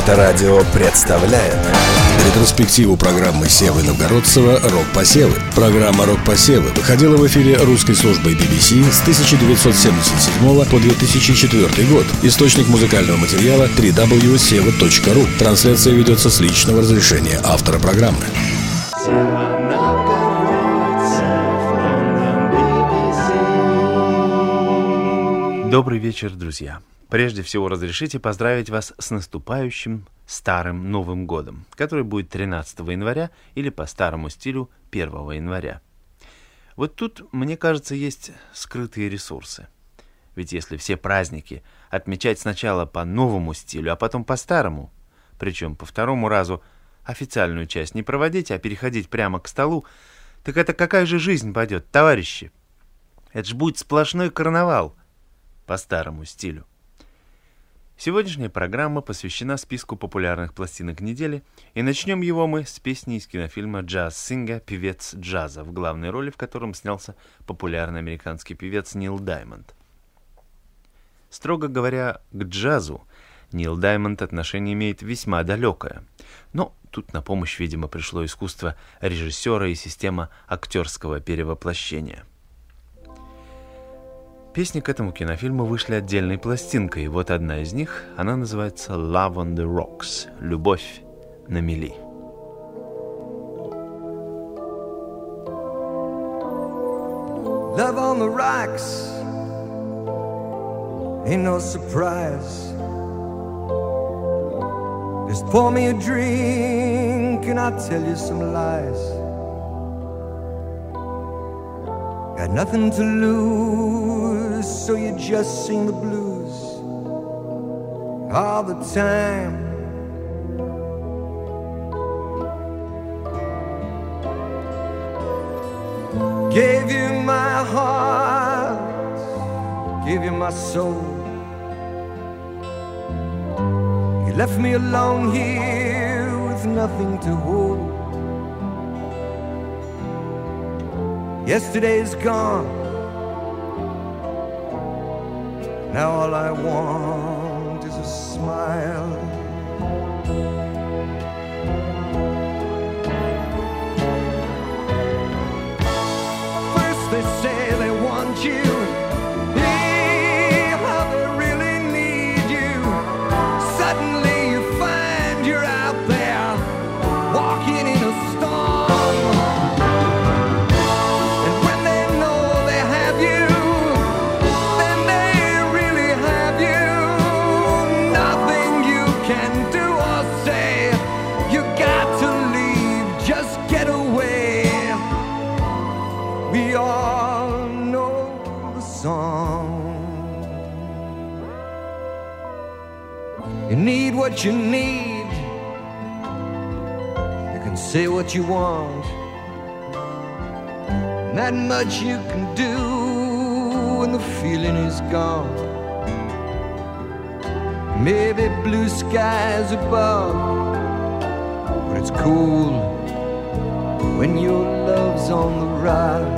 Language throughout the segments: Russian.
Моторадио представляет ретроспективу программы Севы Новгородцева «Рок-посевы». Программа «Рок-посевы» выходила в эфире русской службой BBC с 1977 по 2004 год. Источник музыкального материала www.seva.ru. Трансляция ведется с личного разрешения автора программы. Добрый вечер, друзья. Прежде всего, разрешите поздравить вас с наступающим старым Новым годом, который будет 13 января или по старому стилю 1 января. Вот тут, мне кажется, есть скрытые ресурсы. Ведь если все праздники отмечать сначала по новому стилю, а потом по старому, причем по второму разу официальную часть не проводить, а переходить прямо к столу, так это какая же жизнь пойдет, товарищи? Это ж будет сплошной карнавал по старому стилю. Сегодняшняя программа посвящена списку популярных пластинок недели, и начнем его мы с песни из кинофильма «Джаз Синга. Певец джаза», в главной роли в котором снялся популярный американский певец Нил Даймонд. Строго говоря, к джазу Нил Даймонд отношение имеет весьма далекое, но тут на помощь, видимо, пришло искусство режиссера и система актерского перевоплощения. Песни к этому кинофильму вышли отдельной пластинкой, и вот одна из них, она называется «Love on the Rocks» — «Любовь на мели». Love on the rocks ain't no surprise. Just pour me a drink and I'll tell you some lies. Got nothing to lose, so you just sing the blues all the time. Gave you my heart, gave you my soul. You left me alone here with nothing to hold. Yesterday's gone. Now all I want is a smile. First they say they want you, how they really need you. Suddenly you find you're out there walking in a storm. And when they know they have you, then they really have you. Nothing you can do or say. You got to leave, just get away. We all know the song. You need what you need. You can say what you want. Not much you can do when the feeling is gone. Maybe blue skies above, but it's cool when your love's on the rocks.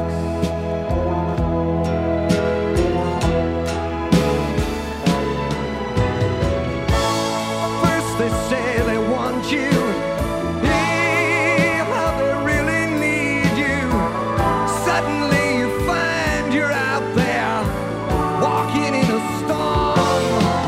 First they say they want you, how they really need you. Suddenly you find you're out there walking in a storm.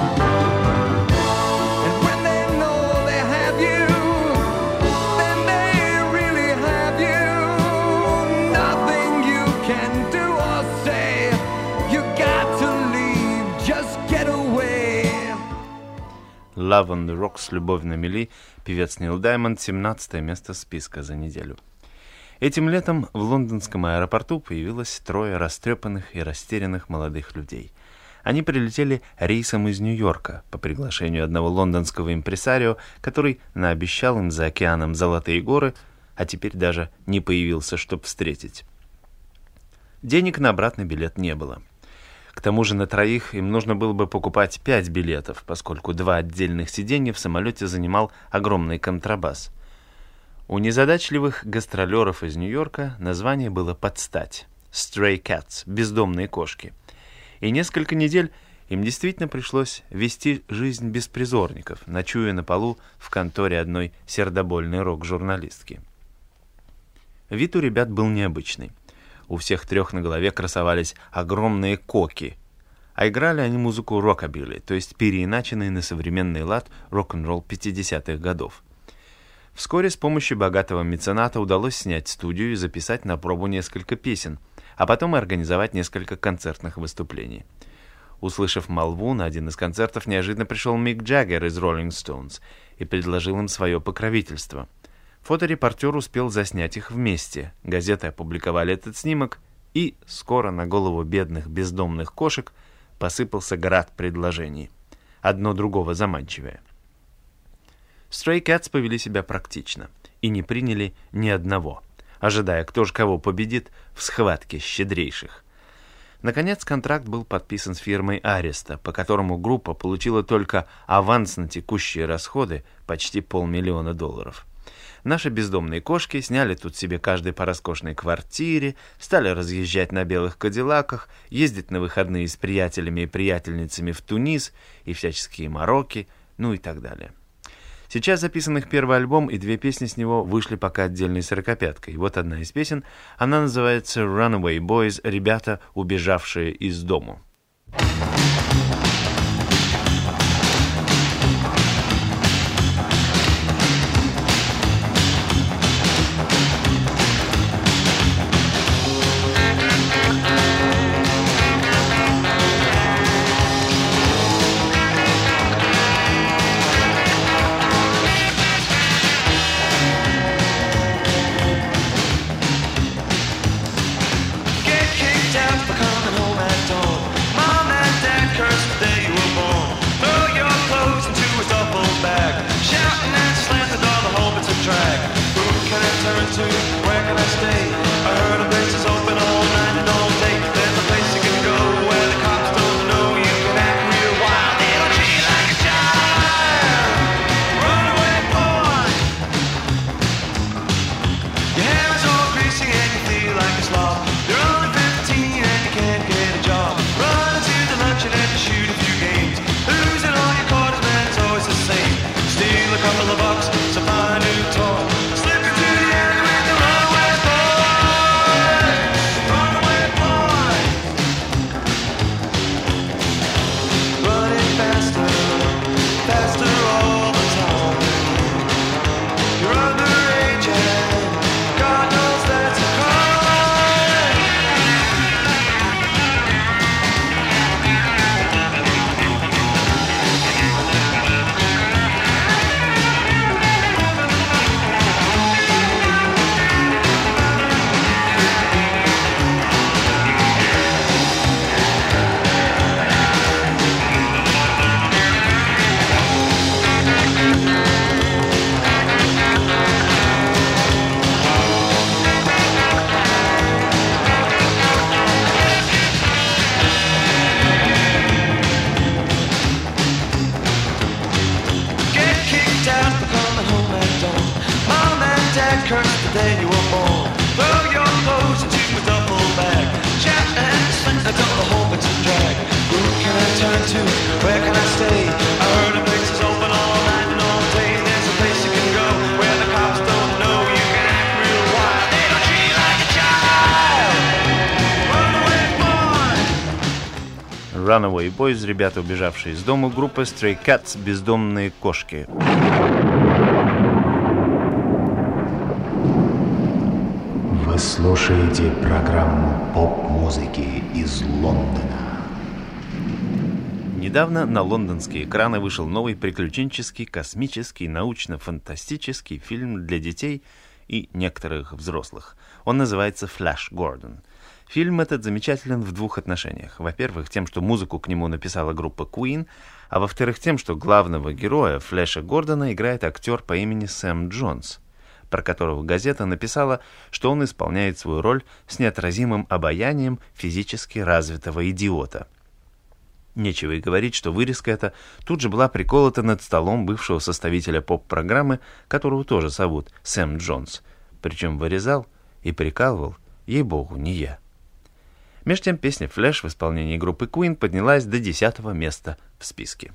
And when they know they have you, then they really have you. Nothing you can do or say. You got to leave, just get away. «Love on the Rocks» — «Любовь на мели», певец Нил Даймонд, 17 место списка за неделю. Этим летом в лондонском аэропорту появилось трое растрепанных и растерянных молодых людей. Они прилетели рейсом из Нью-Йорка по приглашению одного лондонского импресарио, который наобещал им за океаном золотые горы, а теперь даже не появился, чтобы встретить. Денег на обратный билет не было. К тому же на троих им нужно было бы покупать 5 билетов, поскольку 2 отдельных сиденья в самолете занимал огромный контрабас. У незадачливых гастролеров из Нью-Йорка название было под стать — «Stray Cats» — «Бездомные кошки». И несколько недель Им действительно пришлось вести жизнь беспризорников, ночуя на полу в конторе одной сердобольной рок-журналистки. Вид у ребят был необычный. У всех трех на голове красовались огромные коки, а играли они музыку рокобилли, то есть переиначенный на современный лад рок-н-ролл 50-х годов. Вскоре с помощью богатого мецената удалось снять студию и записать на пробу несколько песен, а потом и организовать несколько концертных выступлений. Услышав молву, на один из концертов неожиданно пришел Мик Джаггер из Rolling Stones и предложил им свое покровительство. Фоторепортер успел заснять их вместе, газеты опубликовали этот снимок, и скоро на голову бедных бездомных кошек посыпался град предложений, одно другого заманчивее. Stray Cats повели себя практично и не приняли ни одного, ожидая, кто же кого победит в схватке щедрейших. Наконец, контракт был подписан с фирмой Ареста, по которому группа получила только аванс на текущие расходы почти $500 000. Наши бездомные кошки сняли тут себе каждый по роскошной квартире, стали разъезжать на белых кадиллаках, ездить на выходные с приятелями и приятельницами в Тунис и всяческие Марокки, ну и так далее. Сейчас записан их первый альбом, и 2 песни с него вышли пока отдельной 45-кой. Вот одна из песен, она называется «Runaway Boys», «Ребята, убежавшие из дому». Runaway Boys, ребята, убежавшие из дома, группа Stray Cats, бездомные кошки. Вы слушаете программу поп-музыки из Лондона. Недавно на лондонские экраны вышел новый приключенческий, космический, научно-фантастический фильм для детей и некоторых взрослых. Он называется «Флэш Гордон». Фильм этот замечателен в 2 отношениях. Во-первых, тем, что музыку к нему написала группа Queen, а во-вторых, тем, что главного героя Флэша Гордона играет актер по имени Сэм Джонс, про которого газета написала, что он исполняет свою роль с неотразимым обаянием физически развитого идиота. Нечего и говорить, что вырезка эта тут же была приколота над столом бывшего составителя поп-программы, которого тоже зовут Сэм Джонс. Причем вырезал и прикалывал, ей-богу, не я. Между тем, песня «Flash» в исполнении группы Queen поднялась до 10-го места в списке.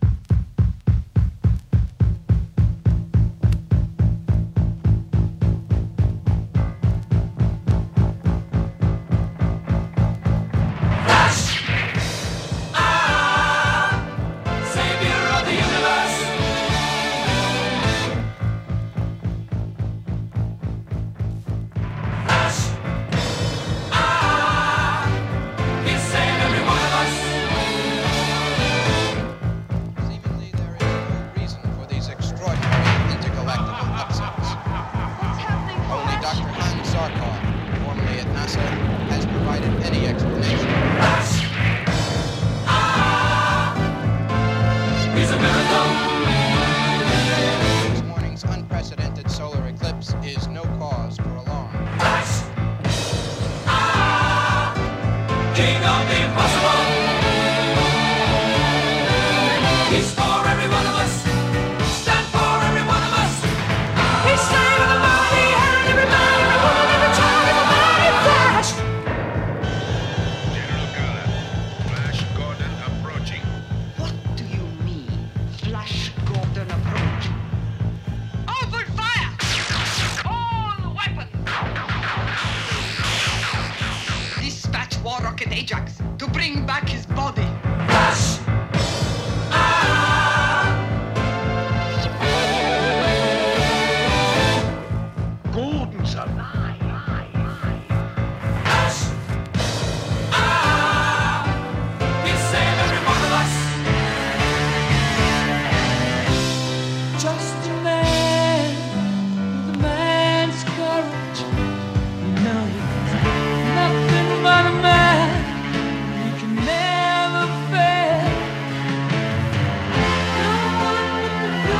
Ajax to bring back his body. Golden son. He'll save every one of us. Just a man with a man's courage. You know he's nothing but a man. He can never fail. No one will do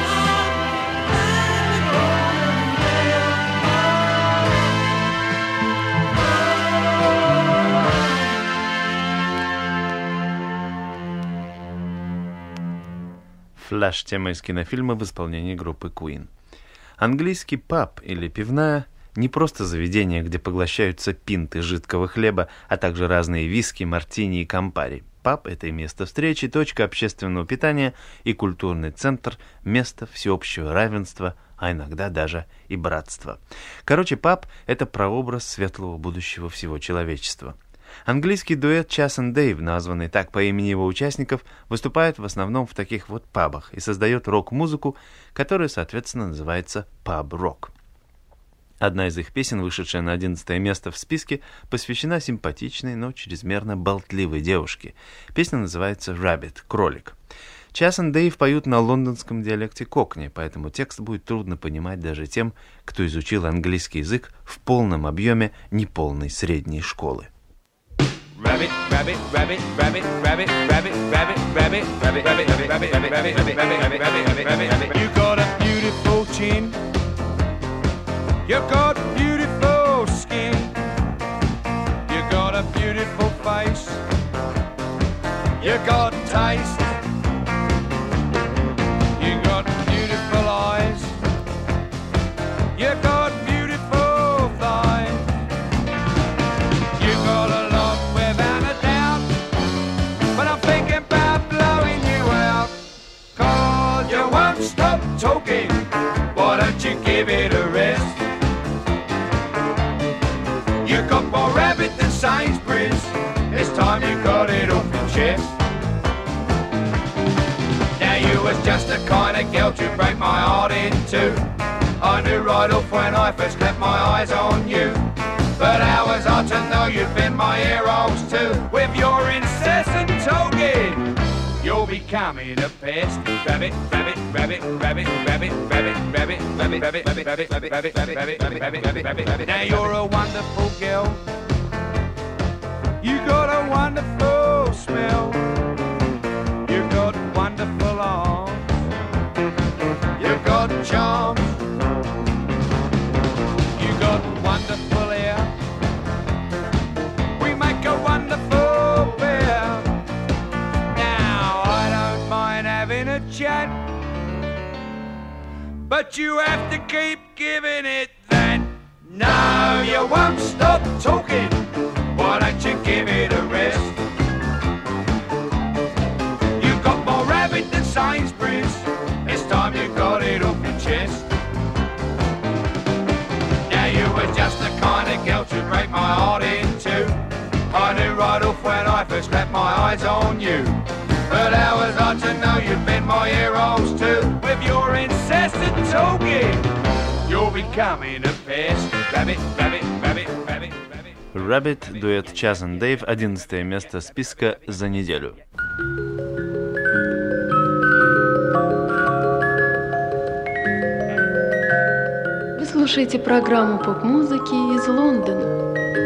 «Flash» — тема из кинофильма в исполнении группы Queen. Английский паб или пивная — не просто заведение, где поглощаются пинты жидкого хлеба, а также разные виски, мартини и кампари. Паб — это и место встречи, точка общественного питания и культурный центр, место всеобщего равенства, а иногда даже и братства. Короче, паб — это прообраз светлого будущего всего человечества. Английский дуэт Chas and Dave, названный так по имени его участников, выступает в основном в таких вот пабах и создает рок-музыку, которая, соответственно, называется паб-рок. Одна из их песен, вышедшая на 11 место в списке, посвящена симпатичной, но чрезмерно болтливой девушке. Песня называется «Rabbit» — «Кролик». Chas and Dave поют на лондонском диалекте кокни, поэтому текст будет трудно понимать даже тем, кто изучил английский язык в полном объеме неполной средней школы. Rabbit, rabbit, rabbit, rabbit, rabbit, rabbit, rabbit, rabbit, rabbit, rabbit, rabbit, rabbit, rabbit, rabbit, rabbit, rabbit, rabbit, rabbit. You got a beautiful chin. You got beautiful skin. You got a beautiful face. You got taste. You got beautiful eyes. You got beautiful thighs. You got a lot without a doubt, but I'm thinking about blowing you out. 'Cause you won't stop talking. Why don't you give it a rest? You got more rabbit than Sainsbury's. This time you got it off your chest. Now you was just the kind of girl to break my heart in two. I knew right off when I first clapped my eyes on you. But how was I to know you'd been my heroes too? With your incessant talking, you're becoming a pest. Rabbit, rabbit, rabbit, rabbit, rabbit, rabbit, rabbit, rabbit, rabbit, rabbit, rabbit, rabbit, rabbit, rabbit, rabbit, rabbit, rabbit, rabbit. Now you're a wonderful girl. You got a wonderful smell. You got wonderful arms. You got charm. You got wonderful hair. We make a wonderful pair. Now I don't mind having a chat, but you have to keep giving it that. No, you won't stop talking. Why don't you give it a rest. You got more rabbit than Sainsbury's. It's time you got it off your chest. Now you were just the kind of girl to break my heart in two. I knew right off when I first clapped my eyes on you. But how was I to know you'd bend my ear holes too? With your incessant talking, you're becoming a pest. Rabbit, rabbit, rabbit, rabbit, rabbit. Rabbit, дуэт Chas and Dave, 11 место списка за неделю. Вы слушаете программу поп-музыки из Лондона.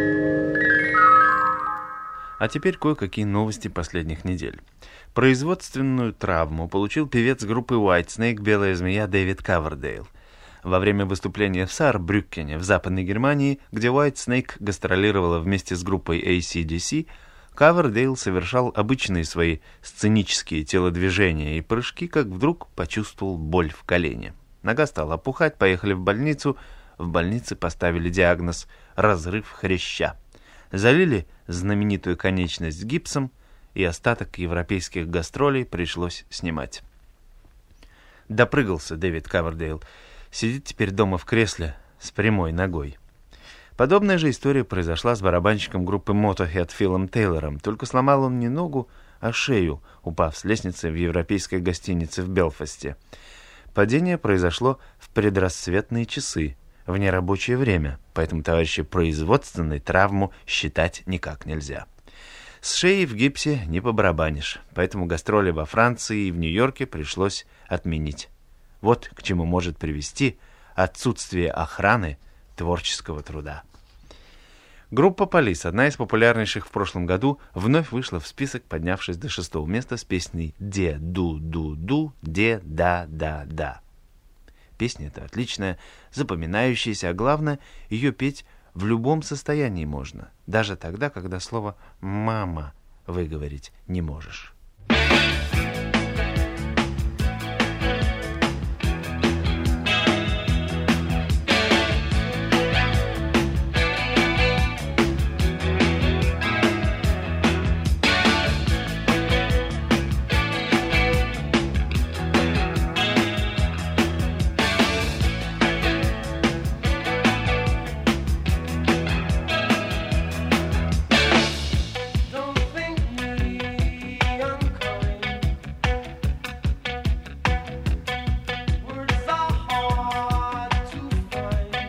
А теперь кое-какие новости последних недель. Производственную травму получил певец группы Whitesnake «Белая змея» Дэвид Ковердейл. Во время выступления в Саарбрюккене в Западной Германии, где Whitesnake гастролировала вместе с группой AC/DC, Ковердейл совершал обычные свои сценические телодвижения и прыжки, как вдруг почувствовал боль в колене. Нога стала опухать, поехали в больницу. В больнице поставили диагноз «разрыв хряща». Залили знаменитую конечность гипсом, и остаток европейских гастролей пришлось снимать. Допрыгался Дэвид Ковердейл. Сидит теперь дома в кресле с прямой ногой. Подобная же история произошла с барабанщиком группы Motorhead Филом Тейлором, только сломал он не ногу, а шею, упав с лестницы в европейской гостинице в Белфасте. Падение произошло в предрассветные часы, в нерабочее время, поэтому, товарищи, производственной травму считать никак нельзя. С шеей в гипсе не побарабанишь, поэтому гастроли во Франции и в Нью-Йорке пришлось отменить. Вот к чему может привести отсутствие охраны творческого труда. Группа Police, одна из популярнейших в прошлом году, вновь вышла в список, поднявшись до 6-го места с песней «Де-ду-ду-ду, де-да-да-да». Песня эта отличная, запоминающаяся, а главное, ее петь в любом состоянии можно, даже тогда, когда слово «мама» выговорить не можешь. Don't think me unkind. Words are hard to find.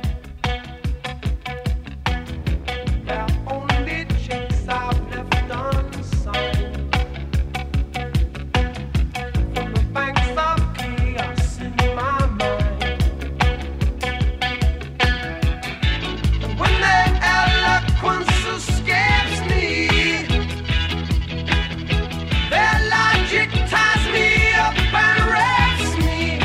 They're only checks I've left unsigned. From the banks of chaos in my mind. And when their eloquence escapes me, their logic ties me up and wraps me.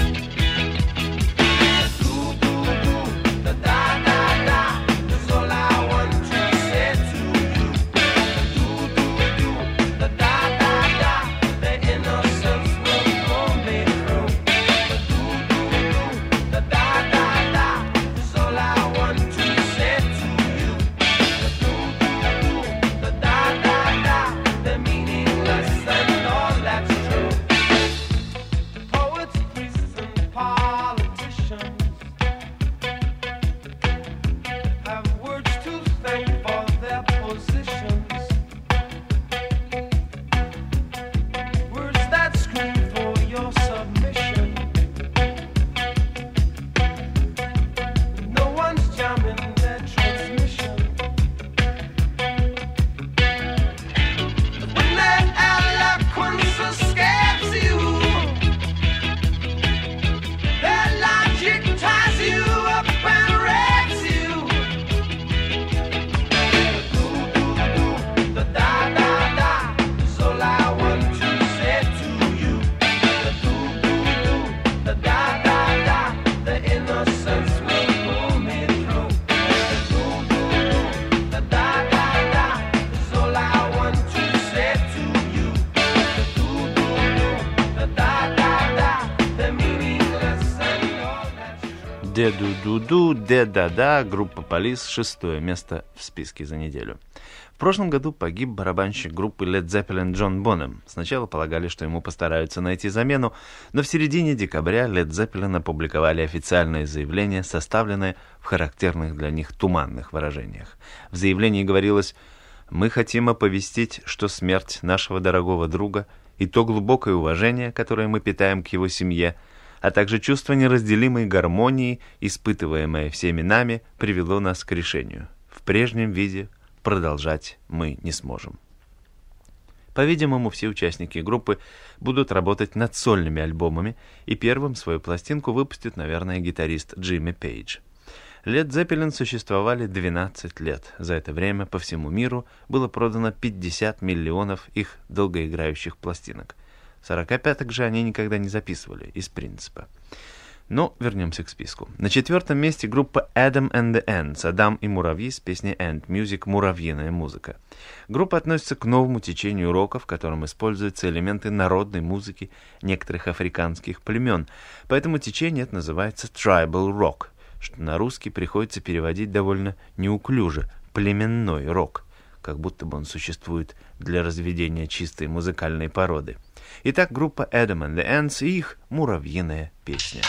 Do-do-do, da-da-da-da, is all I want to say to you. Do-do-do, da-da-da-da, the innocence will pull me through. Do-do-do, da-da-da-da, is all I want to say to you. Do-do-do, da-da-da-da, the meaningless and all that's true. Poets, priests, and politicians have words to thank for their positions. Words that scream for your submission. No one's jamming their transmission. When their eloquence escapes you, their logic ties you up and wrecks you. Do-do-do, the da-da-da, is all I want to say to you. Do-do-do, the da-da-da, the innocence will pull me through. Do-do-do, the da-da-da, is all I want to say to you. Do-do-do, the da-da-da, the meaningless and all that's true. Де-ду-ду-ду, де-да-да, группа Police, 6-е место в списке за неделю. В прошлом году погиб барабанщик группы Led Zeppelin Джон Бонем. Сначала полагали, что ему постараются найти замену, но в середине декабря Led Zeppelin опубликовали официальное заявление, составленное в характерных для них туманных выражениях. В заявлении говорилось: «Мы хотим оповестить, что смерть нашего дорогого друга и то глубокое уважение, которое мы питаем к его семье, а также чувство неразделимой гармонии, испытываемое всеми нами, привело нас к решению. В прежнем виде продолжать мы не сможем». По-видимому, все участники группы будут работать над сольными альбомами, и первым свою пластинку выпустит, наверное, гитарист Джимми Пейдж. Led Zeppelin существовали 12 лет. За это время по всему миру было продано 50 миллионов их долгоиграющих пластинок. 45-ок же они никогда не записывали, из принципа. Но вернемся к списку. На 4-м месте группа Adam and the Ants, Адам и муравьи с песней Ant Music, муравьиная музыка. Группа относится к новому течению рока, в котором используются элементы народной музыки некоторых африканских племен, поэтому течение это называется Tribal Rock, что на русский приходится переводить довольно неуклюже, племенной рок, как будто бы он существует для разведения чистой музыкальной породы. Итак, группа Adam and the Ants и их «Муравьиная песня».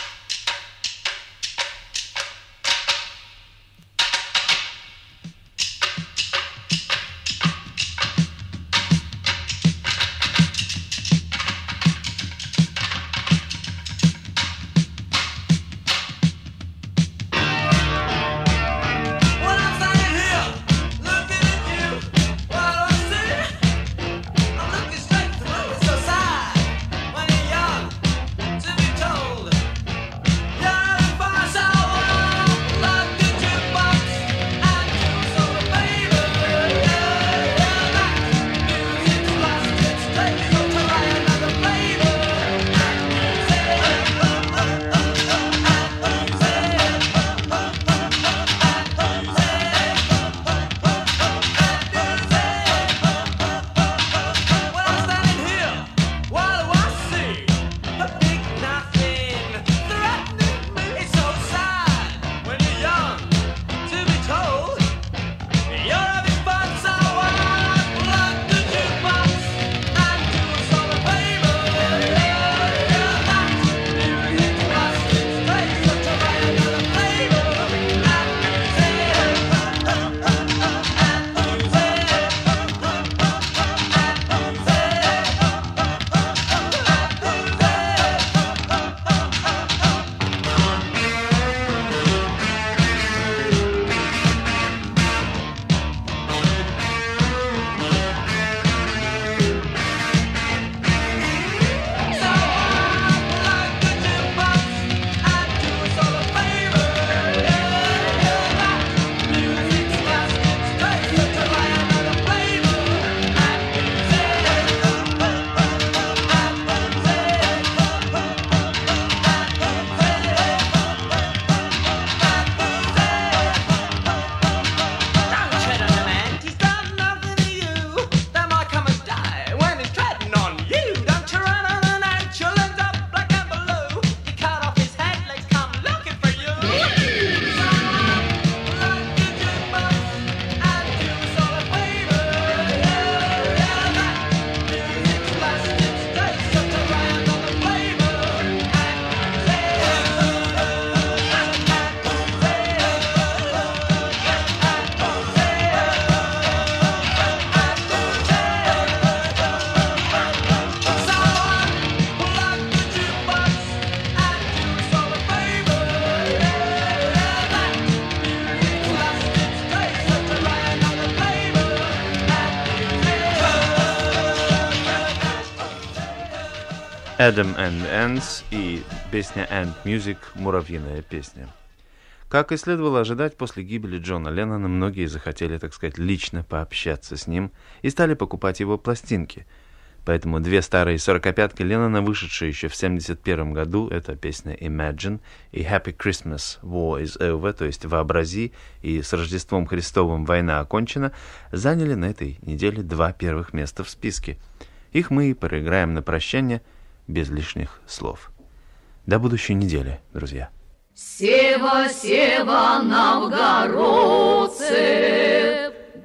Adam and Ants и песня Ant Music «Муравьиная песня». Как и следовало ожидать, после гибели Джона Леннона многие захотели, так сказать, лично пообщаться с ним и стали покупать его пластинки. Поэтому две старые 45-ки Леннона, вышедшие еще в 1971 году, это песня Imagine и Happy Christmas, War is Over, то есть «Вообрази» и «С Рождеством Христовым война окончена», заняли на этой неделе 2 первых места в списке. Их мы и проиграем на прощание без лишних слов. До будущей недели, друзья. Сева, Сева, новгородцы,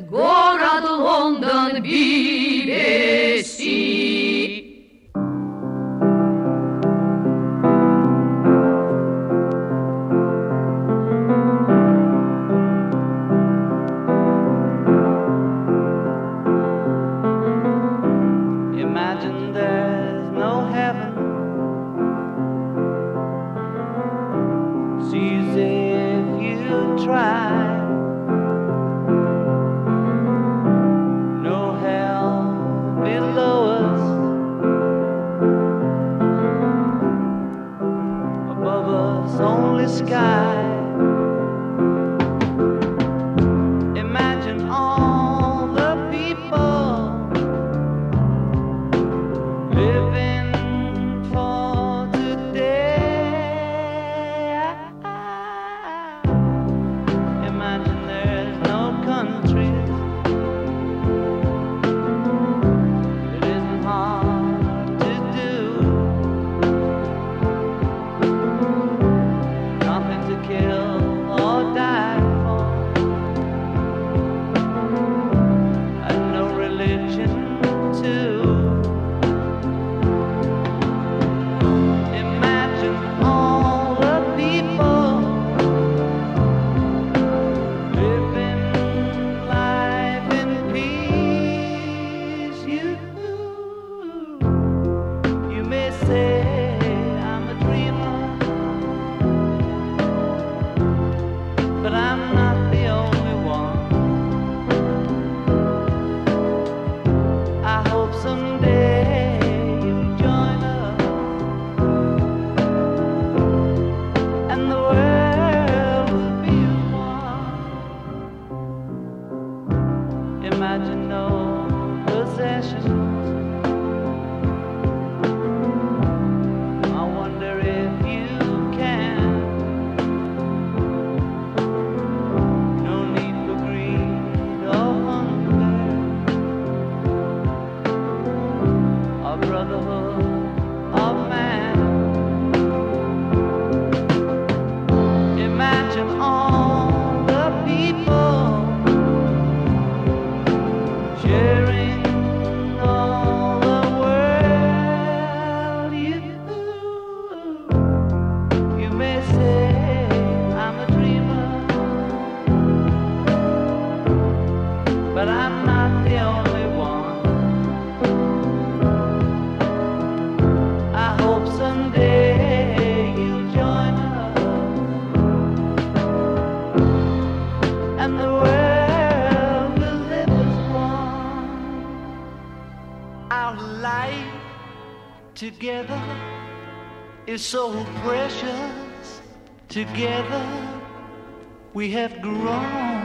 город Лондон, BBC. Imagine there's no heaven. It's easy if you try. No hell below us. Above us only sky. Imagine all the people living for today. Imagine there's no countries. It isn't hard to do. Nothing to kill or die for. And no religion too. Imagine all the people living life in peace. You may say I'm a dreamer, but I'm not the only one. I hope someday you'll join us and the world will be one. Imagine no possessions. I wonder if you can. No need for greed or hunger. A brotherhood of man. Imagine all the people sharing all the world. You may say I'm a dreamer, but I'm not the only one. I hope someday you'll join us and the world will live as one. Our life together is so precious. Together we have grown.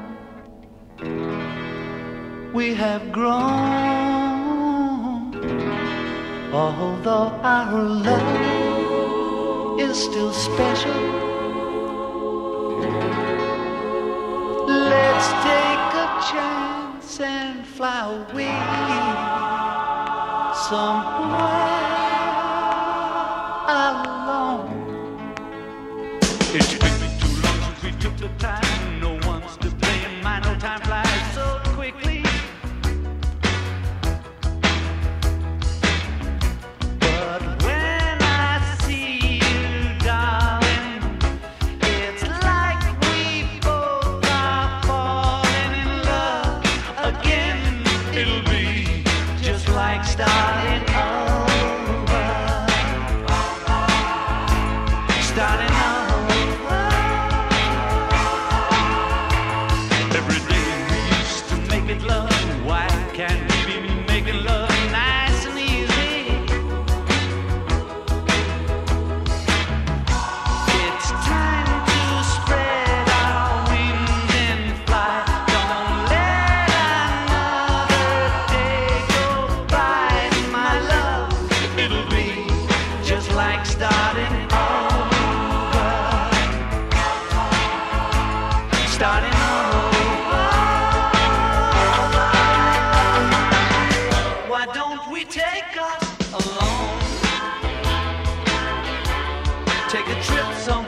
We have grown. Although our love is still special, let's take a chance and fly away somewhere alone. It's been too long since we took the time. No one's to blame. My no time flies so quickly. But when I see you, darling, it's like we both are falling in love again. It'll be just like starting over. Starting over. Every day we used to make it love. Why can't we be making love nice and easy? It's time to spread our wings and fly. Don't let another day go by, my love. It'll be just like starting over. Starting over. Why don't we take us alone? Take a trip somewhere.